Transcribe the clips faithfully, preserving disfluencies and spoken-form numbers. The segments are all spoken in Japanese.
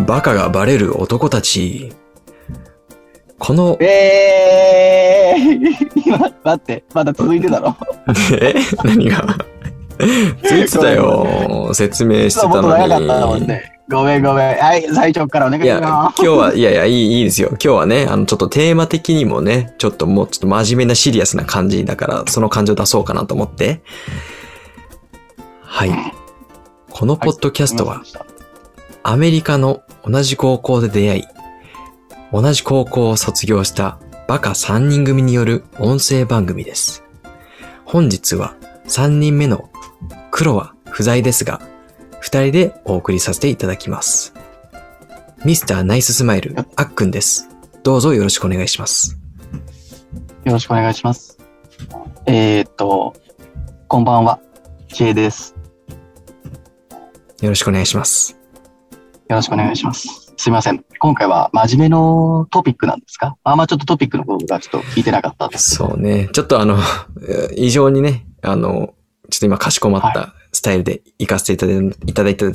バカがバレる男たち。この、 えー、今、待って、まだ続いてたのえ何がついてたよ。説明してたのに。 もっと長かったもんね。ごめんごめん。はい、最初からお願いします。 いや、今日は、いやいや、いい、いいですよ。今日はね、あの、ちょっとテーマ的にもね、ちょっともうちょっと真面目なシリアスな感じだから、その感情出そうかなと思って。はい。このポッドキャストは、はい、アメリカの同じ高校で出会い、同じ高校を卒業したバカさんにん組による音声番組です。本日はさんにんめの黒は不在ですが、ふたりでお送りさせていただきます。ミスターナイススマイル、あっくんです。どうぞよろしくお願いします。 よろしくお願いします。えーっと、こんばんは、J です。 よろしくお願いします。 よろしくお願いします。すいません。今回は真面目のトピックなんですか？あんまちょっとトピックのことがちょっと聞いてなかったんです。 そうね。ちょっとあの、異常にね、あの、ちょっと今かしこまったスタイルで行かせていただいた、いただいたです。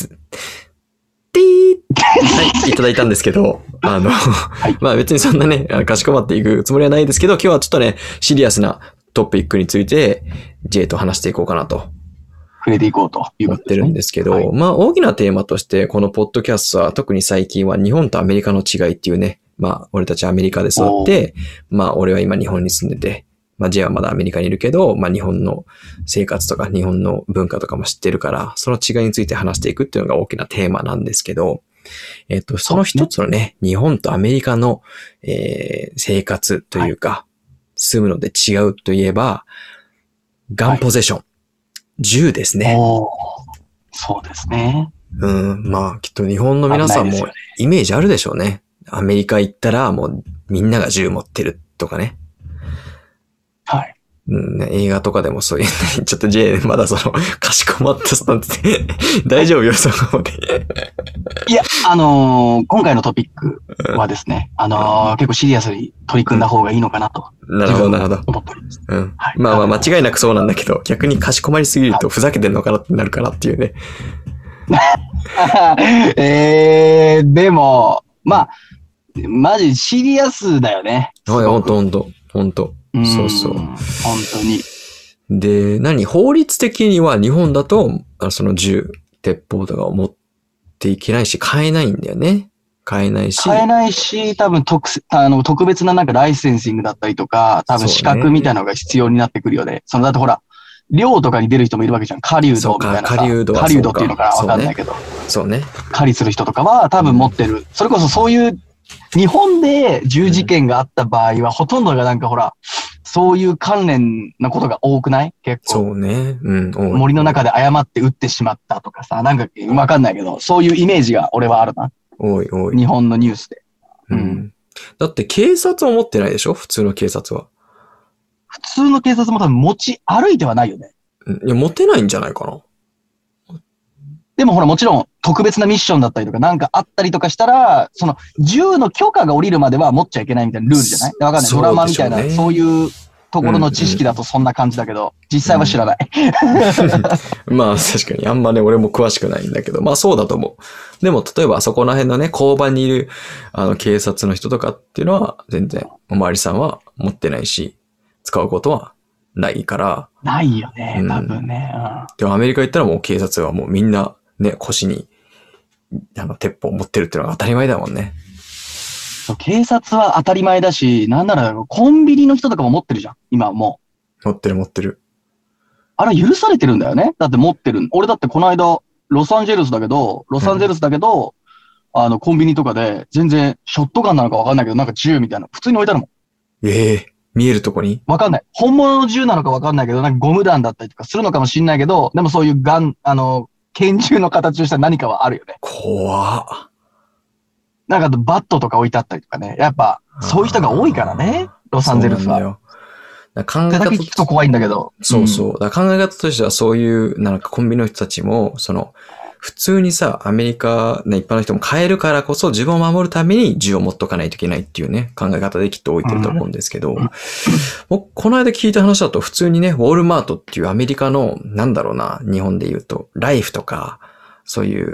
ティーはい、いただいたんですけど、あの、はい、まあ別にそんなね、かしこまっていくつもりはないですけど、今日はちょっとね、シリアスなトピックについて J と話していこうかなと。 触れていこうという思ってるんですけど、はい、まあ大きなテーマとしてこのポッドキャストは特に最近は日本とアメリカの違いっていうね、まあ俺たちアメリカで育って、まあ俺は今日本に住んでて、まあ J はまだアメリカにいるけど、まあ日本の生活とか日本の文化とかも知ってるから、その違いについて話していくっていうのが大きなテーマなんですけど、えっと、その一つのね、日本とアメリカの、えー、生活というか、はい、住むので違うといえば、ガンポゼション。はい銃ですね。 おー、そうですね。 うん、まあきっと日本の皆さんもイメージあるでしょうね。アメリカ行ったらもうみんなが銃持ってるとかね。 はい。 うん、映画とかでもそういう、ちょっと J まだその、かしこまったスタンツで大丈夫よ、そこで。 いや、あのー、今回のトピックはですね、うん、あのー、結構シリアスに取り組んだ方がいいのかなと。 なるほど、なるほど。 思っております。 うん。はい、まあまあ間違いなくそうなんだけど、逆にかしこまりすぎるとふざけてんのかなってなるかなっていうね。 えー、でも、まあ、マジシリアスだよね。 はい、ほんとほんと。ほんと。そうそう。 本当に。 で、何法律的には日本だと、その銃、鉄砲とかを持っていけないし、買えないんだよね。買えないし。 買えないし、多分特、あの、特別ななんかライセンシングだったりとか、多分資格みたいなのが必要になってくるよね。その、だってほら、寮とかに出る人もいるわけじゃん。狩人みたいなさ。狩人狩人っていうのかなわかんないけど。 そうね。 狩りする人とかは多分持ってる。うん、それこそそういう、日本で銃事件があった場合は、ほとんどがなんかほら、そういう関連なことが多くない結構。 そうね。うん。 森の中で誤って撃ってしまったとかさ、なんかわかんないけど、そういうイメージが俺はあるな。 多い多い。 日本のニュースで。 うん。うん、だって警察を持ってないでしょ普通の警察は。 普通の警察も多分持ち歩いてはないよね。 いや、持てないんじゃないかな。 でもほらもちろん特別なミッションだったりとかなんかあったりとかしたら、その銃の許可が下りるまでは持っちゃいけないみたいなルールじゃない？わかんない。ドラマみたいな、そういうところの知識だとそんな感じだけど、うんうん、実際は知らない。 うん、まあ確かにあんまね、俺も詳しくないんだけど、まあそうだと思う。でも例えばあそこら辺のね、交番にいるあの警察の人とかっていうのは全然おまわりさんは持ってないし、使うことはないから。 ないよね、多分ね。うん、 でもアメリカ行ったらもう警察はもうみんなね、腰にあの鉄砲持ってるっていうのが当たり前だもんね。 警察は当たり前だし、なんならコンビニの人とかも持ってるじゃん。今もう。持ってる持ってる。 あれ許されてるんだよね。だって持ってる。俺だってこの間、ロサンゼルスだけど、ロサンゼルスだけど、うん、あの、コンビニとかで全然ショットガンなのかわかんないけど、なんか銃みたいな。普通に置いてあるもん。 ええー、見えるとこにわかんない。本物の銃なのかわかんないけど、なんかゴム弾だったりとかするのかもしんないけど、でもそういうガン、あの、拳銃の形をした何かはあるよね。 怖っ。 なんかバットとか置いてあったりとかね。やっぱ、そういう人が多いからね。ロサンゼルスは。そうなんだよ。だから考え方だけ聞くと怖いんだけど。 そうそう。うん、だから考え方としてはそういう、なんかコンビニの人たちも、その、普通にさ、アメリカの一般の人も買えるからこそ自分を守るために銃を持っとかないといけないっていうね、考え方できっと置いてると思うんですけど、うん、僕、この間聞いた話だと普通にね、ウォールマートっていうアメリカの、なんだろうな、日本で言うと、ライフとか、そういう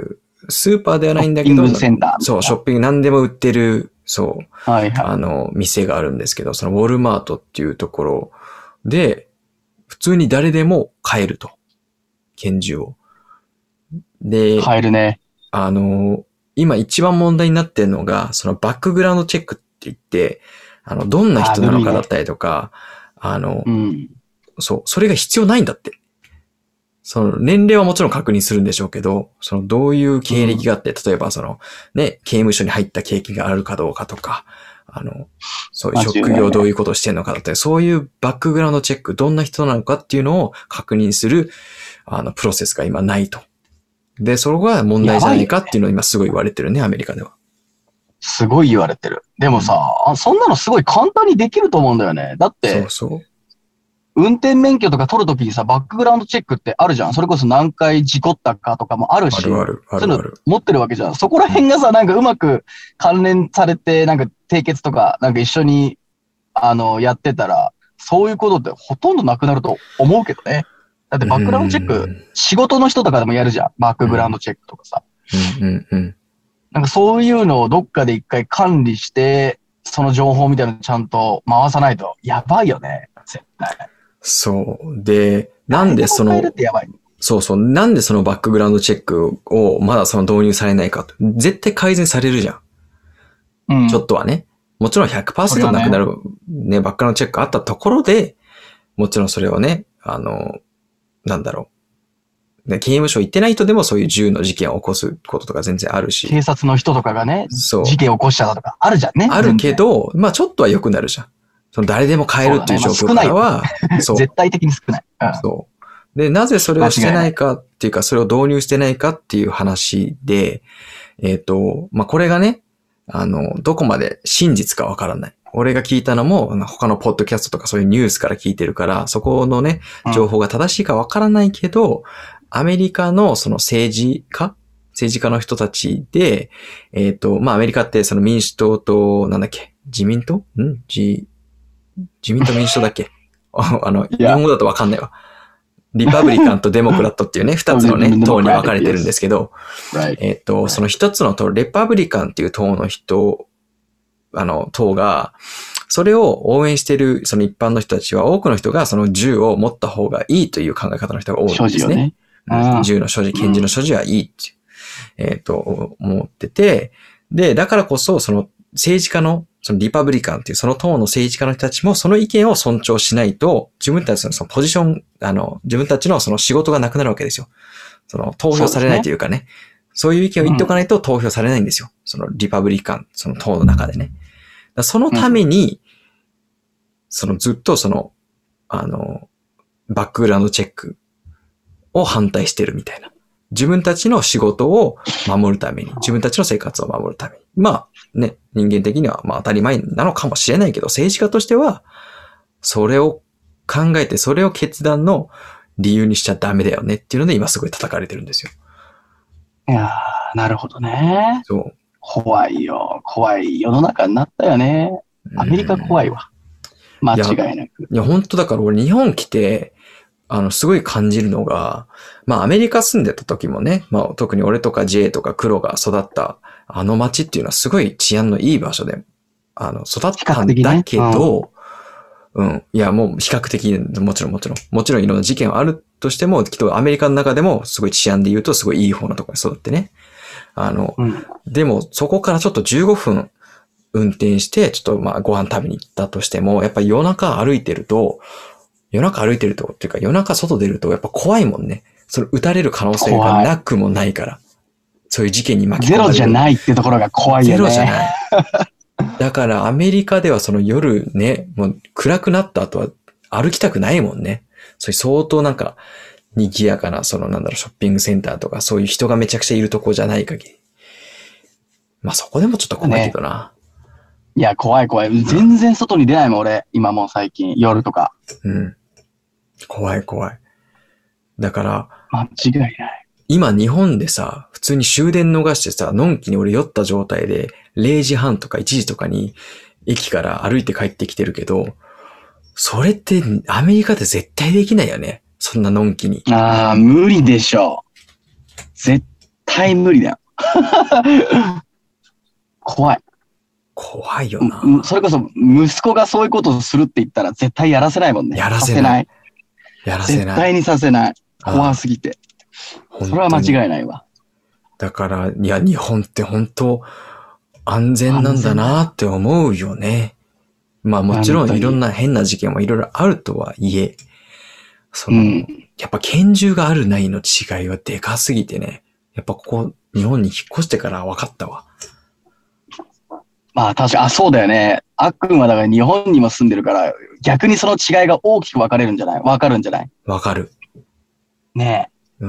スーパーではないんだけど、 ショッピングセンター。 そう、ショッピング何でも売ってる、そう、 はいはい、 あの、店があるんですけど、そのウォルマートっていうところで、普通に誰でも買えると。拳銃を。で、 買えるね。 あの、今一番問題になってるのが、そのバックグラウンドチェックって言って、あの、どんな人なのかだったりとか、あ, ね、あの、 うん、 そう、それが必要ないんだって。その年齢はもちろん確認するんでしょうけど、そのどういう経歴があって、うん、例えばそのね、刑務所に入った経験があるかどうかとか、あの、そういう職業どういうことをしてるのかだったり、そういうバックグラウンドチェック、どんな人なのかっていうのを確認する、あの、プロセスが今ないと。で、それが問題じゃないかっていうのを今すごい言われてるね、アメリカでは。 すごい言われてる。でもさ、うん、そんなのすごい簡単にできると思うんだよね。だって、 そうそう。 運転免許とか取るときにさ、バックグラウンドチェックってあるじゃん。それこそ何回事故ったかとかもあるし。 あるある、あるある。 そういうの持ってるわけじゃん。そこら辺がさ、なんかうまく関連されて、なんか締結とか、なんか一緒に、あの、やってたら、そういうことってほとんどなくなると思うけどね。だってバックグラウンドチェック、仕事の人とかでもやるじゃん。バックグラウンドチェックとかさ。 うんうんうん。 なんかそういうのをどっかで一回管理して、その情報みたいなのちゃんと回さないとやばいよね。絶対。 そう。で、なんでその、そうそう、なんでそのバックグラウンドチェックをまだその導入されないかと。絶対改善されるじゃん。うん。ちょっとはね。もちろん ひゃくパーセント なくなるね、ね、バックグラウンドチェックあったところで、もちろんそれをね、あの、なんだろう。刑務所行ってない人でもそういう銃の事件を起こすこととか全然あるし。 警察の人とかがね、そう事件を起こしちゃったとかあるじゃんね。 あるけど、まあちょっとは良くなるじゃん。その誰でも買えるっていう状況からは、 そう、ね、そう絶対的に少ない、 うん。そう。で、なぜそれをしてないかっていうか、それを導入してないかっていう話で、えっと、まあこれがね、あの、どこまで真実かわからない。俺が聞いたのも、他のポッドキャストとかそういうニュースから聞いてるから、そこのね、情報が正しいかわからないけど、うん、アメリカのその政治家政治家の人たちで、えっと、まあアメリカってその民主党と、なんだっけ自民党ん自、自民党民主党だっけあの、日本語だとわかんないわ。リパブリカンとデモクラットっていうね、二つのね、党に分かれてるんですけど、えっと、その一つの党、レパブリカンっていう党の人、あの、党が、それを応援している、その一般の人たちは、多くの人がその銃を持った方がいいという考え方の人が多いんですね。所持をね。うん、銃の所持、拳銃の所持はいいっていう、えっと、思ってて、で、だからこそ、その政治家の、そのリパブリカンっていうその党の政治家の人たちもその意見を尊重しないと、自分たちのそのポジション、あの、自分たちのその仕事がなくなるわけですよ。その投票されないというかね。そういう意見を言っておかないと投票されないんですよ。そのリパブリカン、その党の中でね。だそのために、そのずっとその、あの、バックグラウンドチェックを反対してるみたいな。自分たちの仕事を守るために、自分たちの生活を守るために。まあね、人間的にはまあ当たり前なのかもしれないけど、政治家としては、それを考えて、それを決断の理由にしちゃダメだよねっていうので、今すごい叩かれてるんですよ。 いやー、なるほどね。 そう。 怖いよ。怖い世の中になったよね。アメリカ怖いわ。間違いなく。 いや、本当だから俺日本来て、あの、すごい感じるのが、まあアメリカ住んでた時もね、まあ特に俺とか J とか黒が育ったあの街っていうのはすごい治安のいい場所で、あの、育ったんだけど、うん、うん。いや、もう比較的、もちろんもちろん、もちろんいろんな事件はあるとしても、きっとアメリカの中でもすごい治安で言うとすごいいい方のところに育ってね。あの、うん、でもそこからちょっとじゅうごふん運転して、ちょっとまあご飯食べに行ったとしても、やっぱり夜中歩いてると、夜中歩いてると、っていうか夜中外出るとやっぱ怖いもんね。それ撃たれる可能性がなくもないから。そういう事件に巻き込まれる。 ゼロじゃないってところが怖いよね。 ゼロじゃない。だからアメリカではその夜ね、もう暗くなった後は歩きたくないもんね。そういう相当なんか賑やかな、そのなんだろう、ショッピングセンターとかそういう人がめちゃくちゃいるとこじゃない限り。まあそこでもちょっと怖いけどな。 ね、いや、怖い怖い。全然外に出ないもん、俺。今もう最近、夜とか。 うん。怖い怖い。だから、 間違いない。 今日本でさ、普通に終電逃してさ、のんきに俺酔った状態で、れいじはんとかいちじとかに駅から歩いて帰ってきてるけど、それってアメリカで絶対できないよね。そんなのんきに。 ああ、無理でしょう。絶対無理だよ。 怖い。 怖いよな。 それこそ、息子がそういうことをするって言ったら絶対やらせないもんね。 やらせない。やらせない。 絶対にさせない。怖すぎて。それは間違いないわ。 だから、いや、日本って本当安全なんだなって思うよね。まあもちろんいろんな変な事件もいろいろあるとはいえ、その、うん、やっぱ拳銃があるないの違いはでかすぎてね。やっぱここ、日本に引っ越してから分かったわ。 まあ確かに、あ、そうだよね。あっくんはだから日本にも住んでるから、逆にその違いが大きく分かれるんじゃない分かるんじゃない分かる。 ねえ。うん。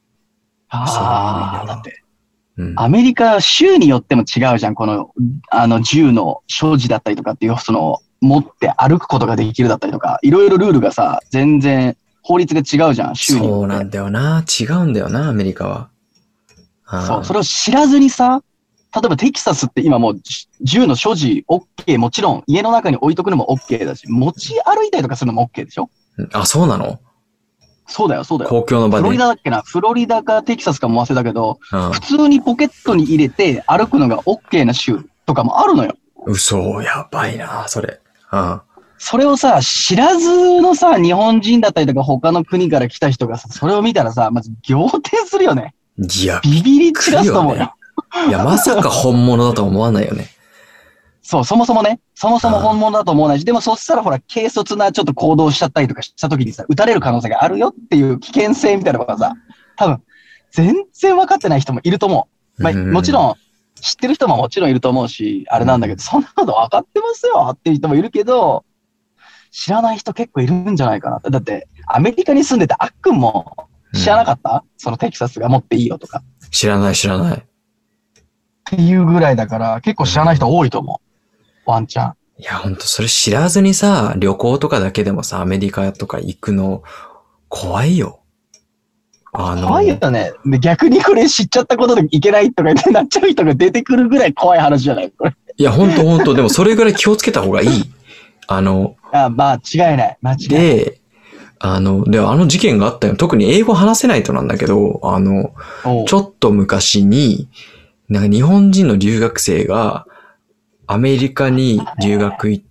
ああ、だって、うん、アメリカ、州によっても違うじゃん。この、あの、銃の所持だったりとかっていう、その、持って歩くことができるだったりとか、いろいろルールがさ、全然、法律が違うじゃん、州によって。 そうなんだよな。違うんだよな、アメリカは。 そう、それを知らずにさ、例えばテキサスって今もう銃の所持 OK、もちろん家の中に置いとくのも OK だし、持ち歩いたりとかするのも OK でしょ？ あ、そうなの？ そうだよ、そうだよ。 公共の場で。 フロリダだっけな？フロリダかテキサスかも忘れたけど、うん、普通にポケットに入れて歩くのが OK な州とかもあるのよ。 嘘、やばいな、それ。うん。 それをさ、知らずのさ、日本人だったりとか他の国から来た人がさ、それを見たらさ、まず仰天するよね。 いや、 ビビり散らすと思うよ。 いや、まさか本物だと思わないよね。 そう、そもそもね、そもそも本物だと思わないし、でもそしたらほら、軽率なちょっと行動しちゃったりとかした時にさ、撃たれる可能性があるよっていう危険性みたいなのがさ、多分、全然分かってない人もいると思う。まあ、もちろん、知ってる人ももちろんいると思うし、あれなんだけど、そんなこと分かってますよっていう人もいるけど、知らない人結構いるんじゃないかなって。だって、アメリカに住んでてあっくんも知らなかった、うん、そのテキサスが持っていいよとか。 知らない知らない。 っていうぐらいだから、結構知らない人多いと思う。ワンチャン。 いや、ほんと、それ知らずにさ、旅行とかだけでもさ、アメリカとか行くの、怖いよ。 あの怖いよね。で、逆にこれ知っちゃったことでいけないとかってなっちゃう人が出てくるぐらい怖い話じゃないこれ。 いや、ほんとほんと、でもそれぐらい気をつけた方がいい。あの、 あ、まあ、違いない。間違いない。 で、あの、で、あの事件があったよ。特に英語話せないとなんだけど、あの、ちょっと昔に、なんか日本人の留学生がアメリカに留学行って、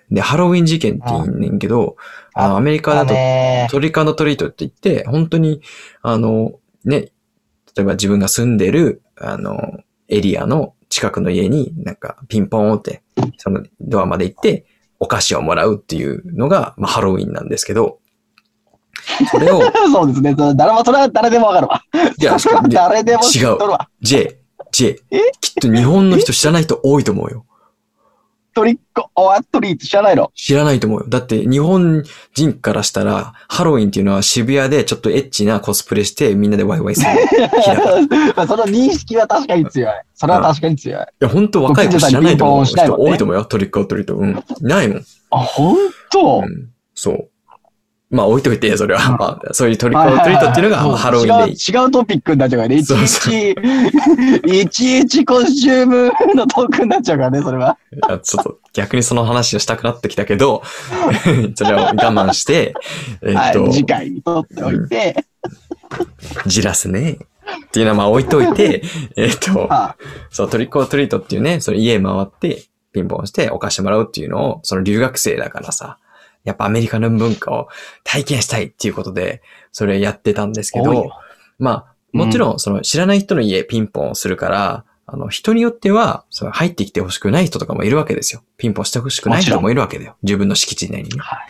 で、ハロウィン事件って言うんねんけど、あのアメリカだとトリック&トリートって言って、本当に、あの、ね、例えば自分が住んでる、あの、エリアの近くの家になんかピンポンって、そのドアまで行って、お菓子をもらうっていうのが、まあ、ハロウィンなんですけど、それを。 そうですね。誰も、それは誰でもわかるわ。いや、誰でも知っとるわ。 違う。J、J。きっと日本の人知らない人多いと思うよ。 トリックオアトリート知らないの？ 知らないと思うよ。だって日本人からしたら、ハロウィンっていうのは渋谷でちょっとエッチなコスプレしてみんなでワイワイする日だから。 まあその認識は確かに強い。それは確かに強い。いや、本当若い子知らないと思う人多いと思うよ。トリックオアトリート。うん。ないもん。 あ、本当？ うん。そう。まあ置いといて、それは。うん、まあ、そういうトリックオアトリートっていうのがハロウィンでいい。 違う、違うトピックになっちゃうからね。いちいち、そうそういちいちコスチュームのトークになっちゃうからね、それは。 いやちょっと逆にその話をしたくなってきたけど、それを我慢して、 えっと、はい、次回にとっておいて。 うん、じらすね。っていうのはまあ置いといて、えっと、はあ、そう、トリックオアトリートっていうね、その家回ってピンポンしてお貸してもらうっていうのを、その留学生だからさ、やっぱアメリカの文化を体験したいっていうことで、それやってたんですけど、まあ、もちろん、その知らない人の家ピンポンするから、うん、あの、人によっては、その入ってきてほしくない人とかもいるわけですよ。ピンポンしてほしくない人もいるわけだよ。自分の敷地内にね。はい、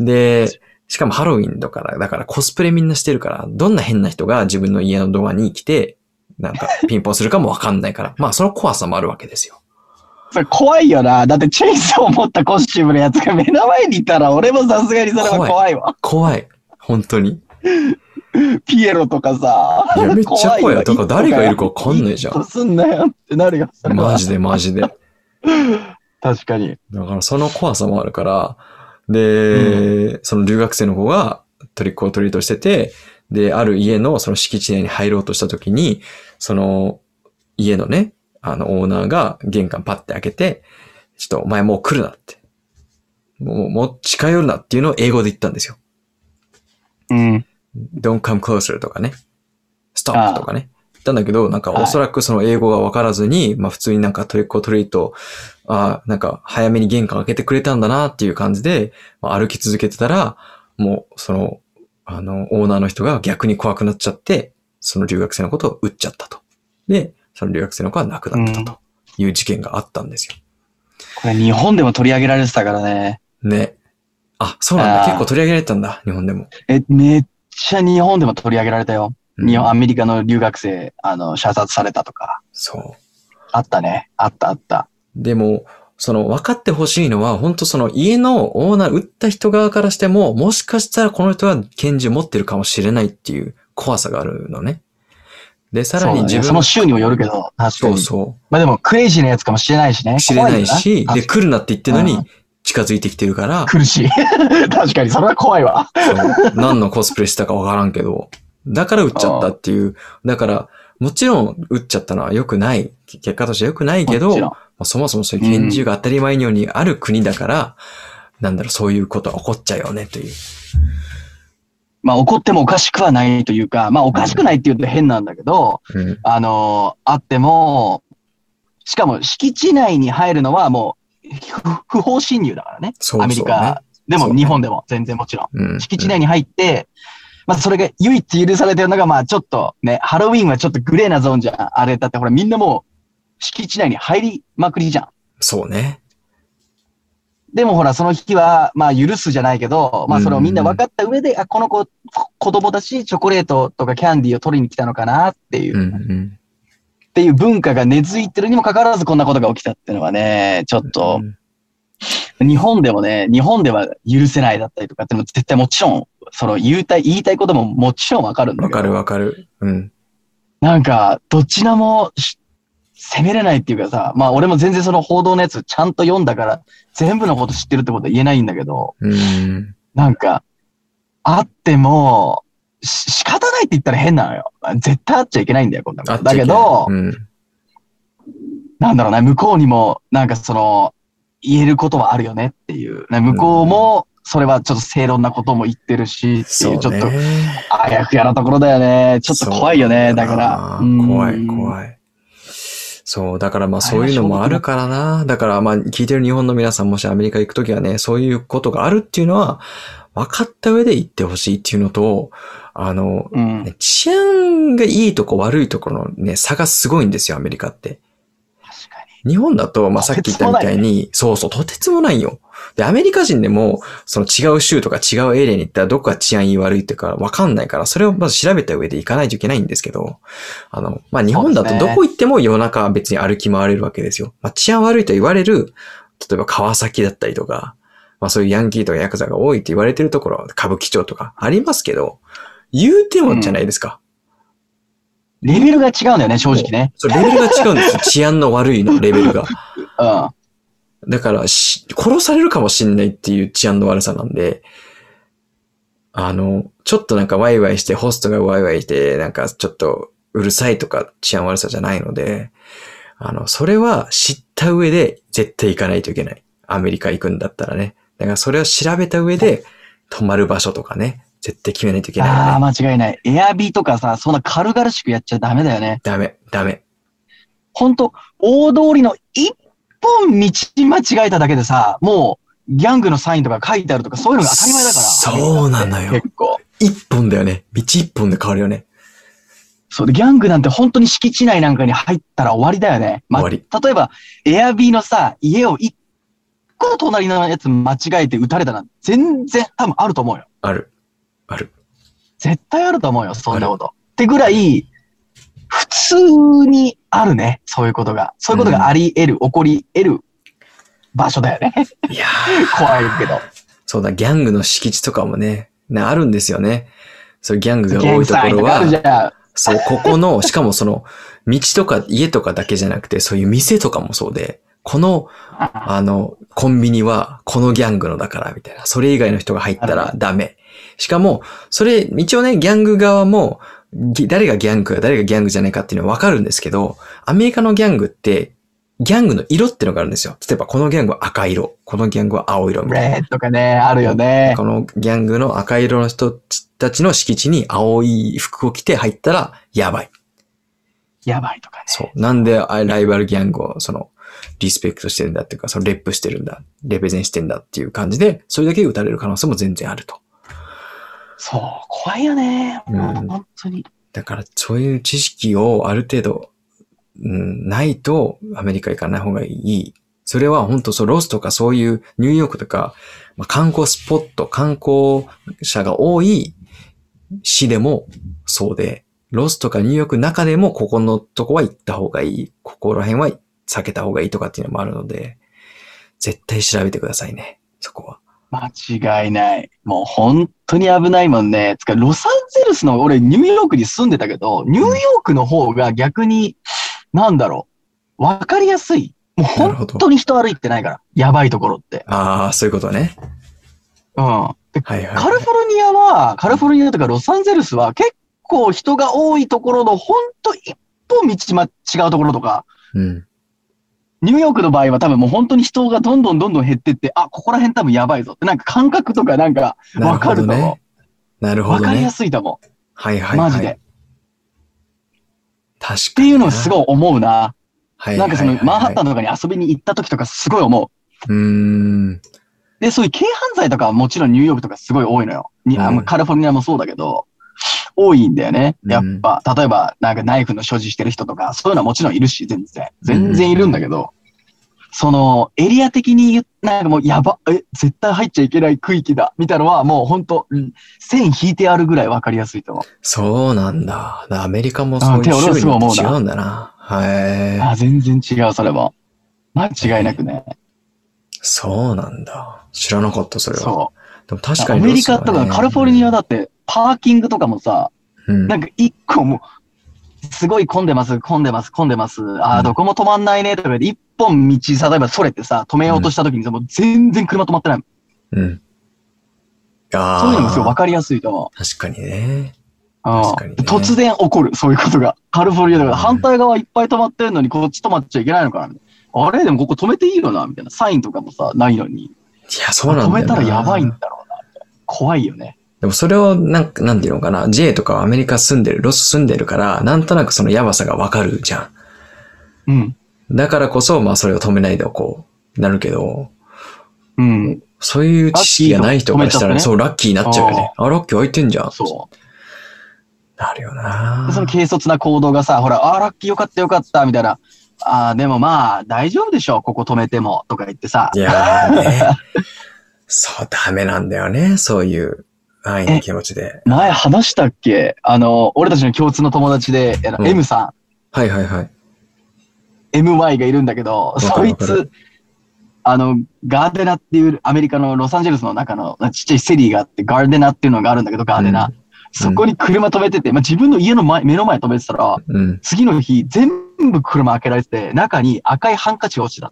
で、しかもハロウィンだから、だからコスプレみんなしてるから、どんな変な人が自分の家のドアに来て、なんかピンポンするかもわかんないから、まあその怖さもあるわけですよ。 それ怖いよな。だってチェイソーを持ったコスチュームのやつが目の前にいたら、俺もさすがにそれは怖いわ。 怖い。怖い。本当に。 ピエロとかさ。 いや、めっちゃ怖いよ。だから誰がいるかわかんないじゃん。 どうすんなよってなるよ。 マジでマジで。 確かに。 だからその怖さもあるから、で、うん、その留学生の子がトリックオアトリートしてて、で、ある家のその敷地内に入ろうとしたときに、その家のね、あのオーナーが玄関パッて開けて、ちょっとお前もう来るなって。もう、もう近寄るなっていうのを英語で言ったんですよ。 うん。 don't come closer とかね。stop とかね。 ったんだけど、なんかおそらくその英語がわからずに、まあ普通になんかトリックオトリート、あなんか早めに玄関開けてくれたんだなっていう感じで、まあ、歩き続けてたら、もうその、あの、オーナーの人が逆に怖くなっちゃって、その留学生のことを撃っちゃったと。で、その留学生の子は亡くなったという事件があったんですよ。 うん、これ日本でも取り上げられてたからね。 ね。あ、そうなんだ。結構取り上げられてたんだ、日本でも。 え、めっちゃ日本でも取り上げられたよ。うん、日本、アメリカの留学生、あの、射殺されたとか。 そう。 あったね。あったあった。 でも、その分かってほしいのは、本当その家のオーナー、撃った人側からしても、もしかしたらこの人は拳銃持ってるかもしれないっていう怖さがあるのね。で、さらに自分、 そ, ね、その州にもよるけど、確かに。 そうそう。 まあでも、クレイジーなやつかもしれないしね。 知れないし、で、来るなって言ってるのに、近づいてきてるから。 苦しい。確かに、それは怖いわ。 そう。何のコスプレしたかわからんけど。だから撃っちゃったっていう。だから、もちろん撃っちゃったのは良くない。結果として良くないけど、まあ、そもそもそういう拳銃が当たり前のようにある国だから、うん、なんだろう、そういうことは起こっちゃうよね、という。 まあ、起こってもおかしくはないというか、まあ、おかしくないって言うと変なんだけど、うん、あの、あっても、しかも敷地内に入るのはもう、不法侵入だからね。そうそうね、アメリカでも日本でも全然もちろん。うん、敷地内に入って、まあそれが唯一許されてるのがまあちょっとね、ハロウィーンはちょっとグレーなゾーンじゃん。あれだってほらみんなもう敷地内に入りまくりじゃん。 そうね。 でもほらその日はまあ許すじゃないけど、まあそれをみんな分かった上で、うんうん、あ、この子、子供たちチョコレートとかキャンディーを取りに来たのかなっていう。うんうんっていう文化が根付いてるにもかかわらずこんなことが起きたっていうのはね、ちょっと、うん、日本でもね、日本では許せないだったりとかってのも絶対もちろん、その言いたい、言いたいことももちろんわかるんだけど。 わかるわかる。うん。 なんか、どちらも責めれないっていうかさ、まあ俺も全然その報道のやつちゃんと読んだから、全部のこと知ってるってことは言えないんだけど、 うん、 なんか、あっても、し仕方ないって言ったら変なのよ。絶対あっちゃいけないんだよ、こんなこと。だけど、うん、なんだろうな、向こうにも、なんかその、言えることはあるよねっていう。向こうも、それはちょっと正論なことも言ってるし、っていう、ちょっと、あやふやなところだよね。ちょっと怖いよね、だから。 怖い、怖い。そう、だからまあそういうのもあるからな。だからまあ聞いてる日本の皆さんもしアメリカ行くときはね、そういうことがあるっていうのは、分かった上で行ってほしいっていうのと、あの、うん、治安がいいとこ悪いところのね、差がすごいんですよ、アメリカって。 確かに。 日本だと、まあ、さっき言ったみたいに、そうそう、とてつもないよ。で、アメリカ人でも、その違う州とか違うエリアに行ったらどこが治安いい悪いっていうか分かんないから、それをまず調べた上で行かないといけないんですけど、あの、まあ、日本だとどこ行っても夜中別に歩き回れるわけですよ。まあ、治安悪いと言われる、例えば川崎だったりとか、まあそういうヤンキーとかヤクザが多いって言われてるところは歌舞伎町とかありますけど、言うてもじゃないですか。 うん、レベルが違うんだよね、正直ね。 そう、レベルが違うんですよ。治安の悪いのレベルが。 うん。 だからし、殺されるかもしんないっていう治安の悪さなんで、あの、ちょっとなんかワイワイして、ホストがワイワイして、なんかちょっとうるさいとか治安悪さじゃないので、あの、それは知った上で絶対行かないといけない。アメリカ行くんだったらね。だからそれを調べた上で泊まる場所とかね、絶対決めないといけないよね。 ああ、間違いない。エアビーとかさ、そんな軽々しくやっちゃダメだよね。 ダメ、ダメ。 ほんと、大通りの一本道間違えただけでさ、もうギャングのサインとか書いてあるとかそういうのが当たり前だから。 そうなのよ。結構。一本だよね。道一本で変わるよね。 そうで、ギャングなんて本当に敷地内なんかに入ったら終わりだよね。ま、 終わり。 例えば、エアビーのさ、家を一個隣のやつ間違えて撃たれたら全然多分あると思うよ。 ある。ある。 絶対あると思うよ、そんなこと。ってぐらい、普通にあるね、そういうことが。そういうことがあり得る、うん、起こり得る場所だよね。 いやー。怖いけど。 そうだ、ギャングの敷地とかもね、ねあるんですよね。そういうギャングが多いところは、そう、ここの、しかもその、道とか家とかだけじゃなくて、そういう店とかもそうで、この、あの、コンビニはこのギャングのだからみたいな。それ以外の人が入ったらダメ。しかも、それ、一応ね、ギャング側も、誰がギャングか誰がギャングじゃないかっていうのはわかるんですけど、アメリカのギャングって、ギャングの色ってのがあるんですよ。例えば、このギャングは赤色。このギャングは青色みたいな。 レッドとかね、あるよね。 このギャングの赤色の人たちの敷地に青い服を着て入ったらやばい。 やばいとかね。 そう。なんでライバルギャングを、その、リスペクトしてるんだっていうか、そのレップしてるんだ、レペゼンしてんだっていう感じで、それだけで撃たれる可能性も全然あると。 そう、怖いよね。 うん、 本当に。 だから、そういう知識をある程度、うん、ないとアメリカ行かない方がいい。それは本当そう、ロスとかそういうニューヨークとか、まあ、観光スポット、観光者が多い市でもそうで、ロスとかニューヨークの中でもここのとこは行った方がいい。ここら辺は避けた方がいいとかっていうのもあるので、絶対調べてくださいね。そこは。 間違いない。もう本当に危ないもんね。つか、ロサンゼルスの、俺ニューヨークに住んでたけど、ニューヨークの方が逆に、なんだろう。わかりやすい。もう本当に人歩いてないから。やばいところって。 ああ、そういうことね。 うん。で、 はいはいはい、 カリフォルニアは、カリフォルニアとかロサンゼルスは結構人が多いところの本当一本道ま、違うところとか、 うん。 ニューヨークの場合は多分もう本当に人がどんどんどんどん減ってって、あ、ここら辺多分やばいぞって、なんか感覚とかなんかわかると思う。 なるほどね。 わかりやすいと思う。 はいはいはい。 マジで。 確かに。 っていうのをすごい思うな。 はいはいはいはい、 なんかそのマンハッタンとかに遊びに行った時とかすごい思う。うーん。 で、そういう軽犯罪とかはもちろんニューヨークとかすごい多いのよ。に、うん、カリフォルニアもそうだけど、多いんだよね。やっぱ、うん、例えば、なんかナイフの所持してる人とか、そういうのはもちろんいるし、全然。全然いるんだけど、うん、その、エリア的に、なんかもう、やば、え、絶対入っちゃいけない区域だ、みたいなのは、もう本当、線引いてあるぐらいわかりやすいと思う。 そうなんだ。アメリカもそういう種類に違うんだな。はい。 あ、全然違う、それも。間違いなくね。 そうなんだ。知らなかった、それは。 そう。 でも確かに、 ね、アメリカとかカリフォルニアだって、パーキングとかもさ、うん、なんか一個も、すごい混んでます、混んでます、混んでます。ああ、どこも止まんないね、とかで、一本道、例えばそれてさ、止めようとした時にさ、もう全然車止まってないもん。 うん。 ああ。そういうのもすごいわかりやすいと思う。 確かにね。 確かにね。突然起こる、そういうことが。カリフォルニアだから反対側いっぱい止まってるのに、こっち止まっちゃいけないのかな、みたいな。あれでもここ止めていいよな、みたいな。サインとかもさ、ないのに。いや、そうなんだよな。 止めたらやばいんだろうな。怖いよね。 でもそれを、なんか、なんていうのかな。J とかアメリカ住んでる、ロス住んでるから、なんとなくそのやばさがわかるじゃん。うん。 だからこそ、まあそれを止めないでおこう、なるけど。 うん。 そういう知識がない人からしたら、ね、そう、ラッキーになっちゃうよね。あ、ラッキー空いてんじゃん。 そう。 なるよな。 その軽率な行動がさ、ほら、あ、ラッキーよかったよかった、みたいな。ああ、でもまあ、大丈夫でしょ、ここ止めても、とか言ってさ。 いやーね。そう、ダメなんだよね、そういう安易な気持ちで。 前話したっけ？あの、俺たちの共通の友達で、うん、M さん。 はいはいはい。 エムワイ がいるんだけど、そいつ、あの、ガーデナっていうアメリカのロサンゼルスの中のちっちゃいセリーがあって、ガーデナっていうのがあるんだけど、ガーデナ。うんそこに車止めてて、まあ、自分の家の前、目の前止めてたら、うん、次の日全部車開けられてて、中に赤いハンカチが落ちてたって。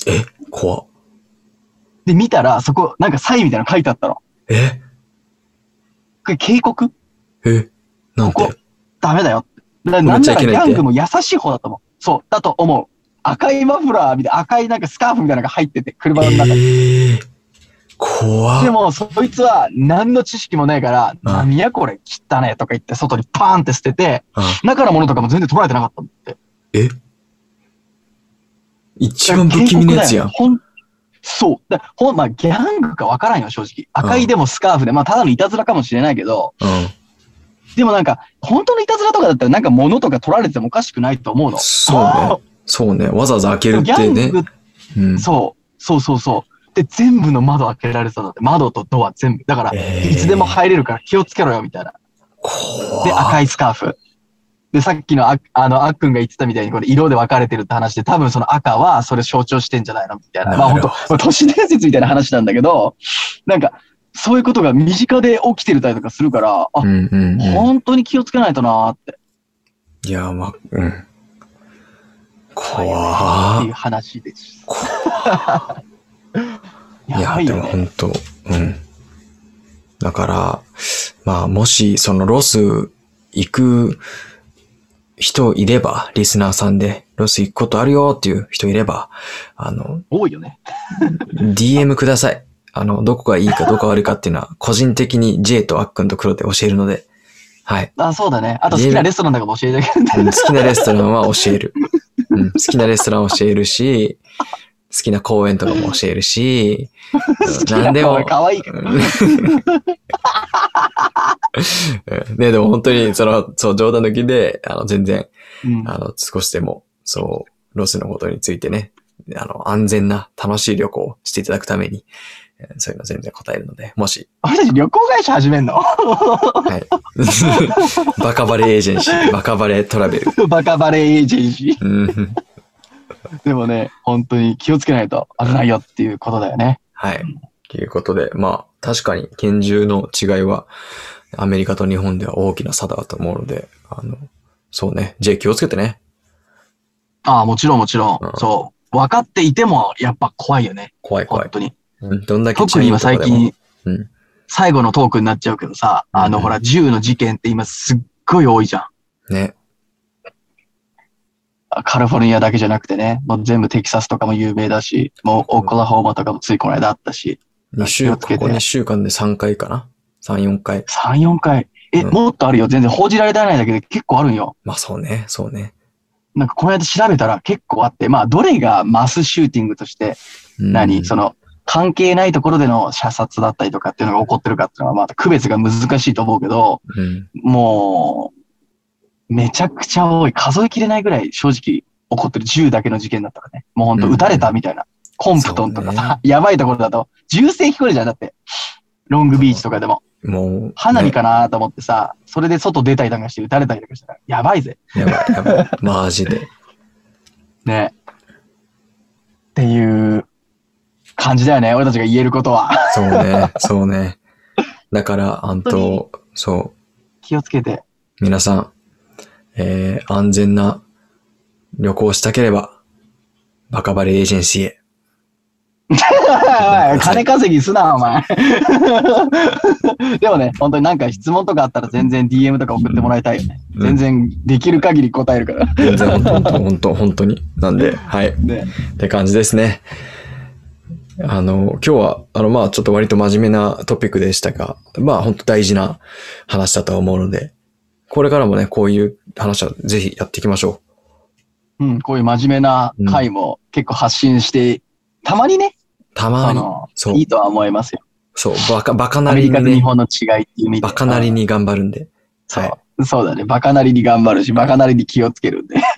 え、怖っ。 で、見たら、そこ、なんかサインみたいなの書いてあったの。 えこれ警告えなんてここ、ダメだよ。だなんならギャングも優しい方だと思う。そう、だと思う。赤いマフラーみたいな、赤いなんかスカーフみたいなのが入ってて、車の中に。 えー怖っ。 でも、そいつは何の知識もないから、何やこれ、汚ねとか言って外にパーンって捨てて、中のものとかも全然取られてなかったんだって。 え一番不気味なやつやん。 ほん、そう。だほん、まあ、ギャングかわからんよ、正直。赤いでもスカーフで、まあ、ただのいたずらかもしれないけど、 うん、 でもなんか、本当のいたずらとかだったら、なんか物とか取られてもおかしくないと思うの。 そうね。そうね。わざわざ開けるってね。 ギャング、うん、そう。そうそうそう。で、全部の窓開けられてたんだって。窓とドア全部。だから、いつでも入れるから気をつけろよ、みたいな。で、赤いスカーフ。で、さっきのあ、あの、あっくんが言ってたみたいに、これ色で分かれてるって話で、多分その赤はそれ象徴してんじゃないのみたいな。まあ本当都市伝説みたいな話なんだけど、なんか、そういうことが身近で起きてるたりとかするから、あ、うんうんうん、本当に気をつけないとなーって。 いや、まあ、うん。怖ーっていう話です。 怖ーいや、でも本当、うん。だから、まあ、もし、そのロス行く人いれば、リスナーさんで、ロス行くことあるよっていう人いれば、あの、 多いよね。 ディーエム ください。あの、どこがいいかどこが悪いかっていうのは、個人的に J とあっくんと黒で教えるので、 はい。 あ、そうだね。あと好きなレストランとかも教えてあげるんだ、 うん。好きなレストランは教える。うん、好きなレストラン教えるし、好きな公園とかも教えるし、 なんでも。かわいいけど。 ね、でも本当に、その、そう、冗談抜きで、あの、全然、うん、あの、少しでも、そう、ロスのことについてね、あの、安全な楽しい旅行をしていただくために、そういうの全然答えるので、もし。 俺たち旅行会社始めんの？はい。バカバレエージェンシー、バカバレトラベル。 バカバレエージェンシー。でもね、本当に気をつけないと危ないよっていうことだよね。 はい。ということで、まあ、確かに拳銃の違いは、アメリカと日本では大きな差だと思うので、あの、そうね、J 気をつけてね。 ああ、もちろんもちろん。うん、そう。分かっていても、やっぱ怖いよね。 怖い怖い。 本当に。 うん、どんだけ特に今最近、うん、最後のトークになっちゃうけどさ、あの、うん、ほら、銃の事件って今すっごい多いじゃん。 ね。 カリフォルニアだけじゃなくてね、もう全部テキサスとかも有名だし、もうオクラホーマとかもついこの間あったし。 に週、ここにしゅうかんでさんかいかな ?さん、よんかい。 さん、よんかい。え、うん、もっとあるよ。全然報じられてないだけで結構あるんよ。 まあそうね、そうね。 なんかこの間調べたら結構あって、まあどれがマスシューティングとして、何、うん、その、関係ないところでの射殺だったりとかっていうのが起こってるかっていうのはまた区別が難しいと思うけど、うん、もう、めちゃくちゃ多い。数えきれないぐらい正直起こってる銃だけの事件だったからね。もうほんと撃たれたみたいな。うん、コンプトンとかさ、ね、やばいところだと、銃声聞こえるじゃん。だって、ロングビーチとかでも。 もう、ね、 花火かなと思ってさ、それで外出たりとかして撃たれたりとかしたら、やばいぜ。 やばい、やばい。マジで。 ね。っていう感じだよね。俺たちが言えることは。 そうね、そうね。だから、あんと、そう。 気をつけて。 皆さん、えー、安全な旅行をしたければ、バカバレエージェンシーへ。 金稼ぎすな、お前。でもね、本当になんか質問とかあったら全然 ディーエム とか送ってもらいたいよね。うん、全然できる限り答えるから。 全然本当、本当、本当に。なんで、はい。ね、って感じですね。あの、今日は、あの、まあちょっと割と真面目なトピックでしたが、まあ本当大事な話だと思うので、これからもね、こういう話はぜひやっていきましょう。うん、こういう真面目な回も結構発信して、うん、たまにね、 たまに。 そう。いいとは思いますよ。 そう。バカ、バカなりに、ね。 アメリカと日本の違いっていう意味で。 バカなりに頑張るんで。 そう。はい、そうだね。バカなりに頑張るし、バカなりに気をつけるんで。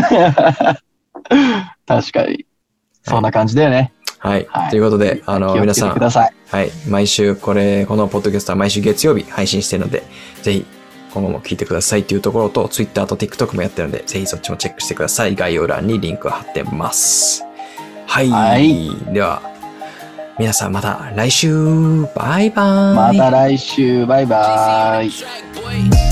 確かに。そんな感じだよね。 はい。はい、ということで、あの、皆さん。 ください。 はい。毎週、これ、このポッドキャストは毎週月曜日配信してるので、ぜひ、今後も聞いてくださいっていうところと、Twitter と TikTok もやってるので、ぜひそっちもチェックしてください。概要欄にリンクを貼ってます。はい。はい、では、皆さんまた来週バイバイ。 また来週バイバイ。